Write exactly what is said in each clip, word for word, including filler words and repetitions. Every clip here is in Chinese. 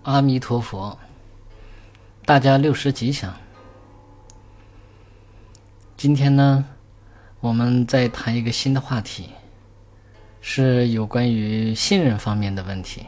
阿弥陀佛，大家六十吉祥。今天呢，我们再谈一个新的话题，是有关于信任方面的问题。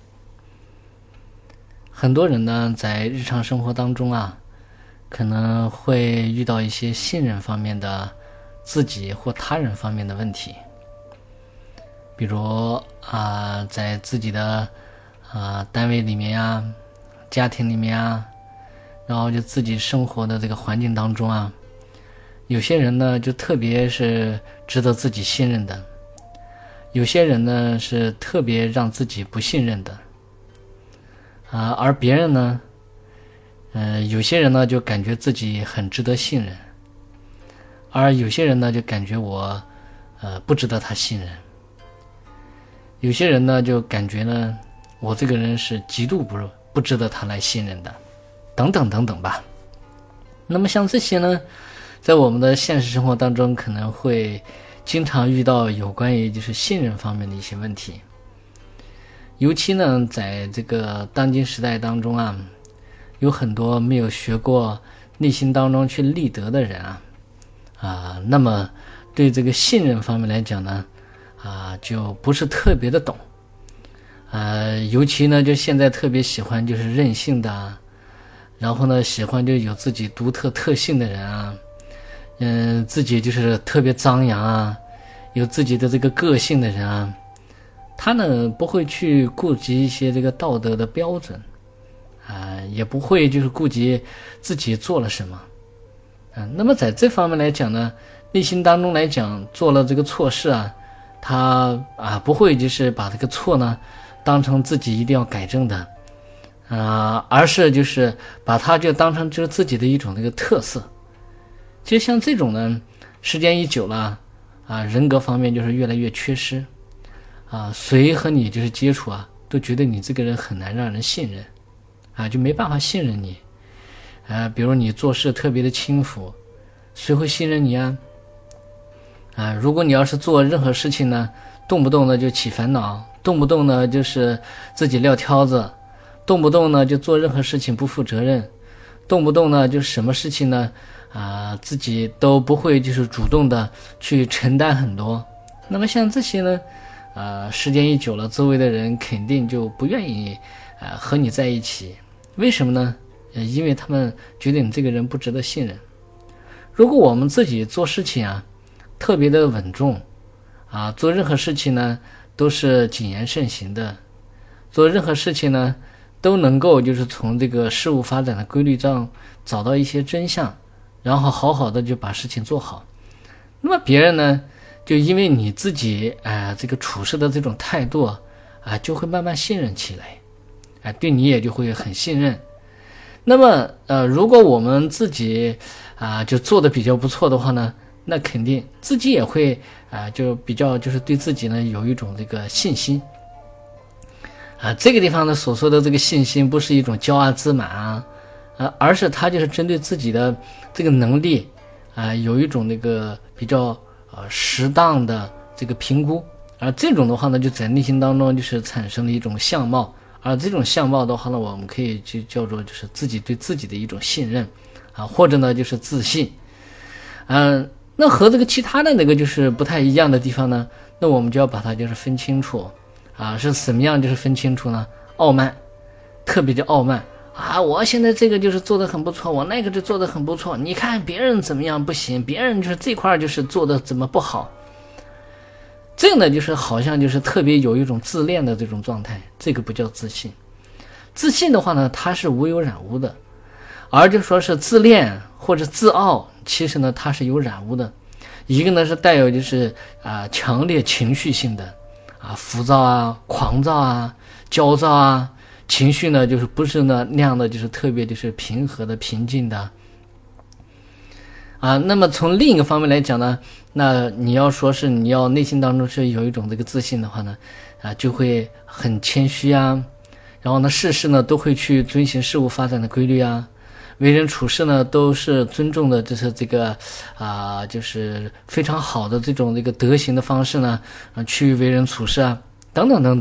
很多人呢，在日常生活当中啊，可能会遇到一些信任方面的自己或他人方面的问题，比如啊、呃，在自己的啊、呃、单位里面呀、家庭里面啊，然后就自己生活的这个环境当中啊，有些人呢就特别是值得自己信任的，有些人呢是特别让自己不信任的啊，而别人呢，呃，有些人呢就感觉自己很值得信任，而有些人呢就感觉我呃不值得他信任，有些人呢就感觉呢我这个人是极度不不值得他来信任的，等等等等吧。那么像这些呢，在我们的现实生活当中可能会经常遇到有关于就是信任方面的一些问题，尤其呢在这个当今时代当中啊，有很多没有学过内心当中去立德的人啊啊，那么对这个信任方面来讲呢啊，就不是特别的懂，呃，尤其呢就现在特别喜欢就是任性的，然后呢喜欢就有自己独特特性的人啊，嗯、呃，自己就是特别张扬啊，有自己的这个个性的人啊，他呢不会去顾及一些这个道德的标准啊、呃，也不会就是顾及自己做了什么啊、呃。那么在这方面来讲呢，内心当中来讲做了这个错事啊，他啊不会就是把这个错呢当成自己一定要改正的啊、呃，而是就是把它就当成就是自己的一种这个特色。其实像这种呢，时间一久了啊，人格方面就是越来越缺失啊，谁和你就是接触啊，都觉得你这个人很难让人信任啊，就没办法信任你啊。比如你做事特别的轻浮，谁会信任你啊？啊，如果你要是做任何事情呢，动不动呢就起烦恼，动不动呢就是自己撂挑子，动不动呢就做任何事情不负责任，动不动呢就什么事情呢啊自己都不会就是主动的去承担很多。那么像这些呢，呃，时间一久了，周围的人肯定就不愿意啊、呃、和你在一起。为什么呢？呃，因为他们觉得你这个人不值得信任。如果我们自己做事情啊特别的稳重啊，做任何事情呢都是谨言慎行的，做任何事情呢都能够就是从这个事物发展的规律上找到一些真相，然后好好的就把事情做好。那么别人呢就因为你自己啊、呃、这个处事的这种态度啊、呃，就会慢慢信任起来，啊、呃，对你也就会很信任。那么呃，如果我们自己啊、呃、就做的比较不错的话呢，那肯定自己也会啊、呃、就比较就是对自己呢有一种这个信心啊。这个地方呢所说的这个信心不是一种骄傲自满啊，啊，而是他就是针对自己的这个能力啊、呃、有一种那个比较呃适当的这个评估，而这种的话呢就在内心当中就是产生了一种相貌，而这种相貌的话呢我们可以就叫做就是自己对自己的一种信任啊，或者呢就是自信。嗯、呃，那和这个其他的那个就是不太一样的地方呢，那我们就要把它就是分清楚啊，是什么样就是分清楚呢？傲慢，特别的傲慢啊，我现在这个就是做得很不错，我那个就做得很不错，你看别人怎么样不行，别人就是这块就是做得怎么不好，这个呢就是好像就是特别有一种自恋的这种状态，这个不叫自信。自信的话呢它是无有染污的，而就说是自恋或者自傲，其实呢它是有染污的。一个呢是带有就是啊、呃、强烈情绪性的啊，浮躁啊、狂躁啊、焦躁啊，情绪呢就是不是呢那样的就是特别就是平和的平静的啊。那么从另一个方面来讲呢，那你要说是你要内心当中是有一种这个自信的话呢啊，就会很谦虚啊，然后呢事事呢都会去遵循事物发展的规律啊，为人处事呢都是尊重的，就是这个啊、呃，就是非常好的这种这个德行的方式呢，啊，去为人处事啊，等等等等。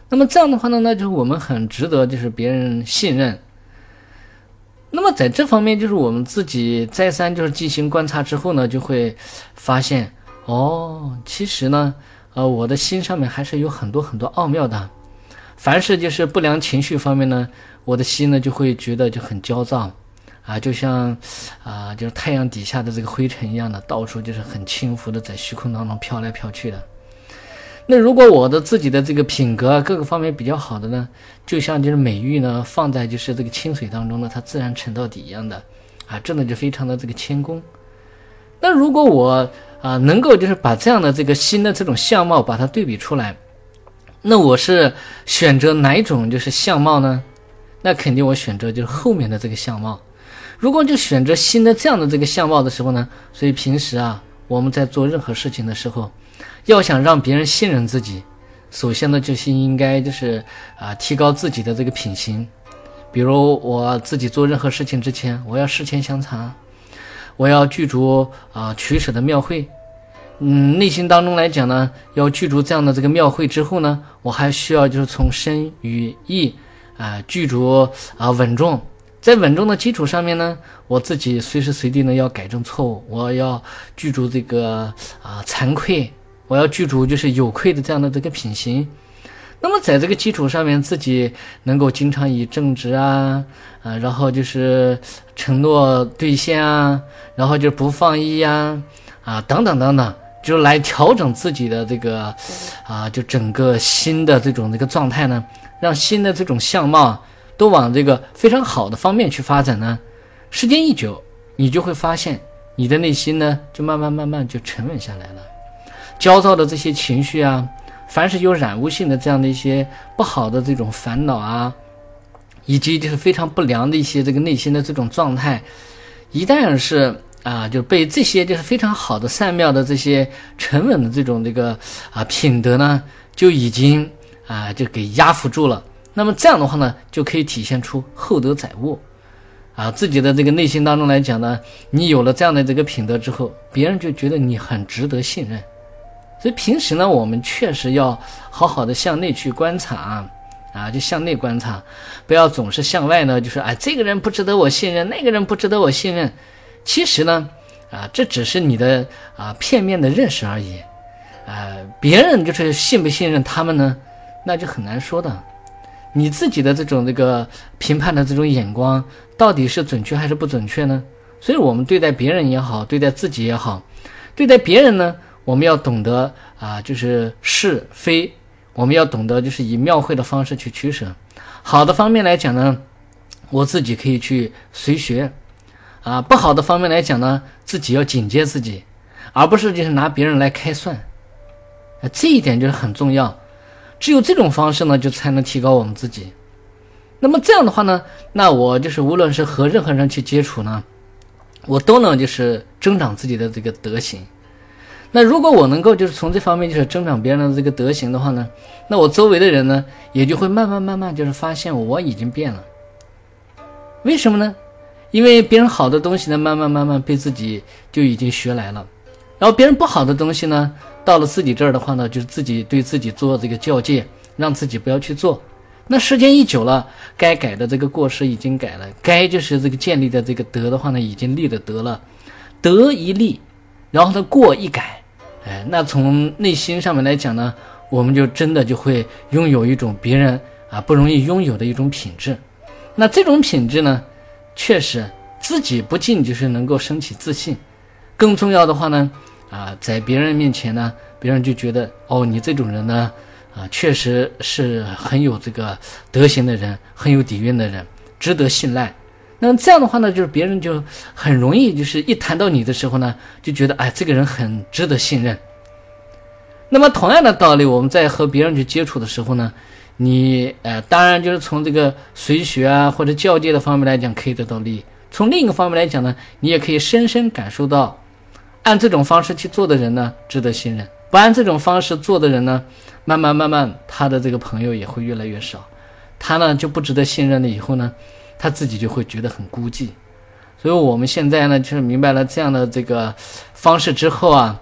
那么这样的话呢，那就是我们很值得就是别人信任。那么在这方面，就是我们自己再三就是进行观察之后呢，就会发现，哦，其实呢，呃，我的心上面还是有很多很多奥妙的。凡是就是不良情绪方面呢，我的心呢就会觉得就很焦躁，啊，就像啊，就是太阳底下的这个灰尘一样的，到处就是很轻浮的在虚空当中飘来飘去的。那如果我的自己的这个品格各个方面比较好的呢，就像就是美玉呢放在就是这个清水当中呢，它自然沉到底一样的，啊，真的就非常的这个谦恭。那如果我啊能够就是把这样的这个新的这种相貌把它对比出来，那我是选择哪一种就是相貌呢？那肯定我选择就是后面的这个相貌。如果就选择新的这样的这个相貌的时候呢，所以平时啊我们在做任何事情的时候，要想让别人信任自己，首先呢就是应该就是啊提高自己的这个品行。比如我自己做任何事情之前，我要事前详查，我要具足啊取舍的妙慧。嗯，内心当中来讲呢，要具足这样的这个妙慧之后呢，我还需要就是从身语意啊具足啊稳重。在稳重的基础上面呢，我自己随时随地呢要改正错误，我要具足这个啊惭愧，我要具足就是有愧的这样的这个品行。那么在这个基础上面，自己能够经常以正直啊啊，然后就是承诺兑现啊，然后就不放逸呀啊等等等等，就来调整自己的这个啊就整个新的这种这个状态呢，让新的这种相貌都往这个非常好的方面去发展呢。时间一久，你就会发现你的内心呢就慢慢慢慢就沉稳下来了。焦躁的这些情绪啊，凡是有染污性的这样的一些不好的这种烦恼啊，以及就是非常不良的一些这个内心的这种状态，一旦是啊就被这些就是非常好的善妙的这些沉稳的这种这个啊品德呢，就已经啊就给压服住了。那么这样的话呢，就可以体现出厚德载物啊，自己的这个内心当中来讲呢，你有了这样的这个品德之后，别人就觉得你很值得信任。所以平时呢，我们确实要好好的向内去观察啊，啊，就向内观察，不要总是向外呢，就是哎，这个人不值得我信任，那个人不值得我信任。其实呢，啊，这只是你的啊片面的认识而已，啊，别人就是信不信任他们呢，那就很难说的。你自己的这种这个评判的这种眼光到底是准确还是不准确呢？所以我们对待别人也好，对待自己也好，对待别人呢，我们要懂得啊，就是是非，我们要懂得就是以妙慧的方式去取舍。好的方面来讲呢，我自己可以去随学啊，不好的方面来讲呢，自己要警戒自己，而不是就是拿别人来开涮啊，这一点就是很重要。只有这种方式呢，就才能提高我们自己。那么这样的话呢，那我就是无论是和任何人去接触呢，我都能就是增长自己的这个德行。那如果我能够就是从这方面就是增长别人的这个德行的话呢，那我周围的人呢也就会慢慢慢慢就是发现我已经变了。为什么呢？因为别人好的东西呢，慢慢慢慢被自己就已经学来了，然后别人不好的东西呢，到了自己这儿的话呢，就是自己对自己做这个教诫，让自己不要去做。那时间一久了，该改的这个过失已经改了，该就是这个建立的这个德的话呢，已经立了德了，德一立，然后呢过一改，哎，那从内心上面来讲呢，我们就真的就会拥有一种别人啊不容易拥有的一种品质。那这种品质呢，确实自己不仅就是能够升起自信，更重要的话呢啊，在别人面前呢，别人就觉得哦，你这种人呢啊，确实是很有这个德行的人，很有底蕴的人，值得信赖。那么这样的话呢，就是别人就很容易就是一谈到你的时候呢，就觉得哎，这个人很值得信任。那么同样的道理，我们在和别人去接触的时候呢，你呃，当然就是从这个随学啊或者教诫的方面来讲可以得到利益，从另一个方面来讲呢，你也可以深深感受到按这种方式去做的人呢值得信任，不按这种方式做的人呢，慢慢慢慢他的这个朋友也会越来越少，他呢就不值得信任了，以后呢他自己就会觉得很孤寂。所以我们现在呢就是明白了这样的这个方式之后啊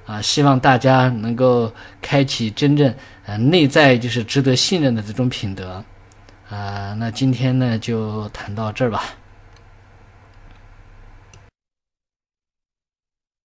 啊，希望大家能够开启真正呃内在就是值得信任的这种品德。啊，那今天呢就谈到这儿吧。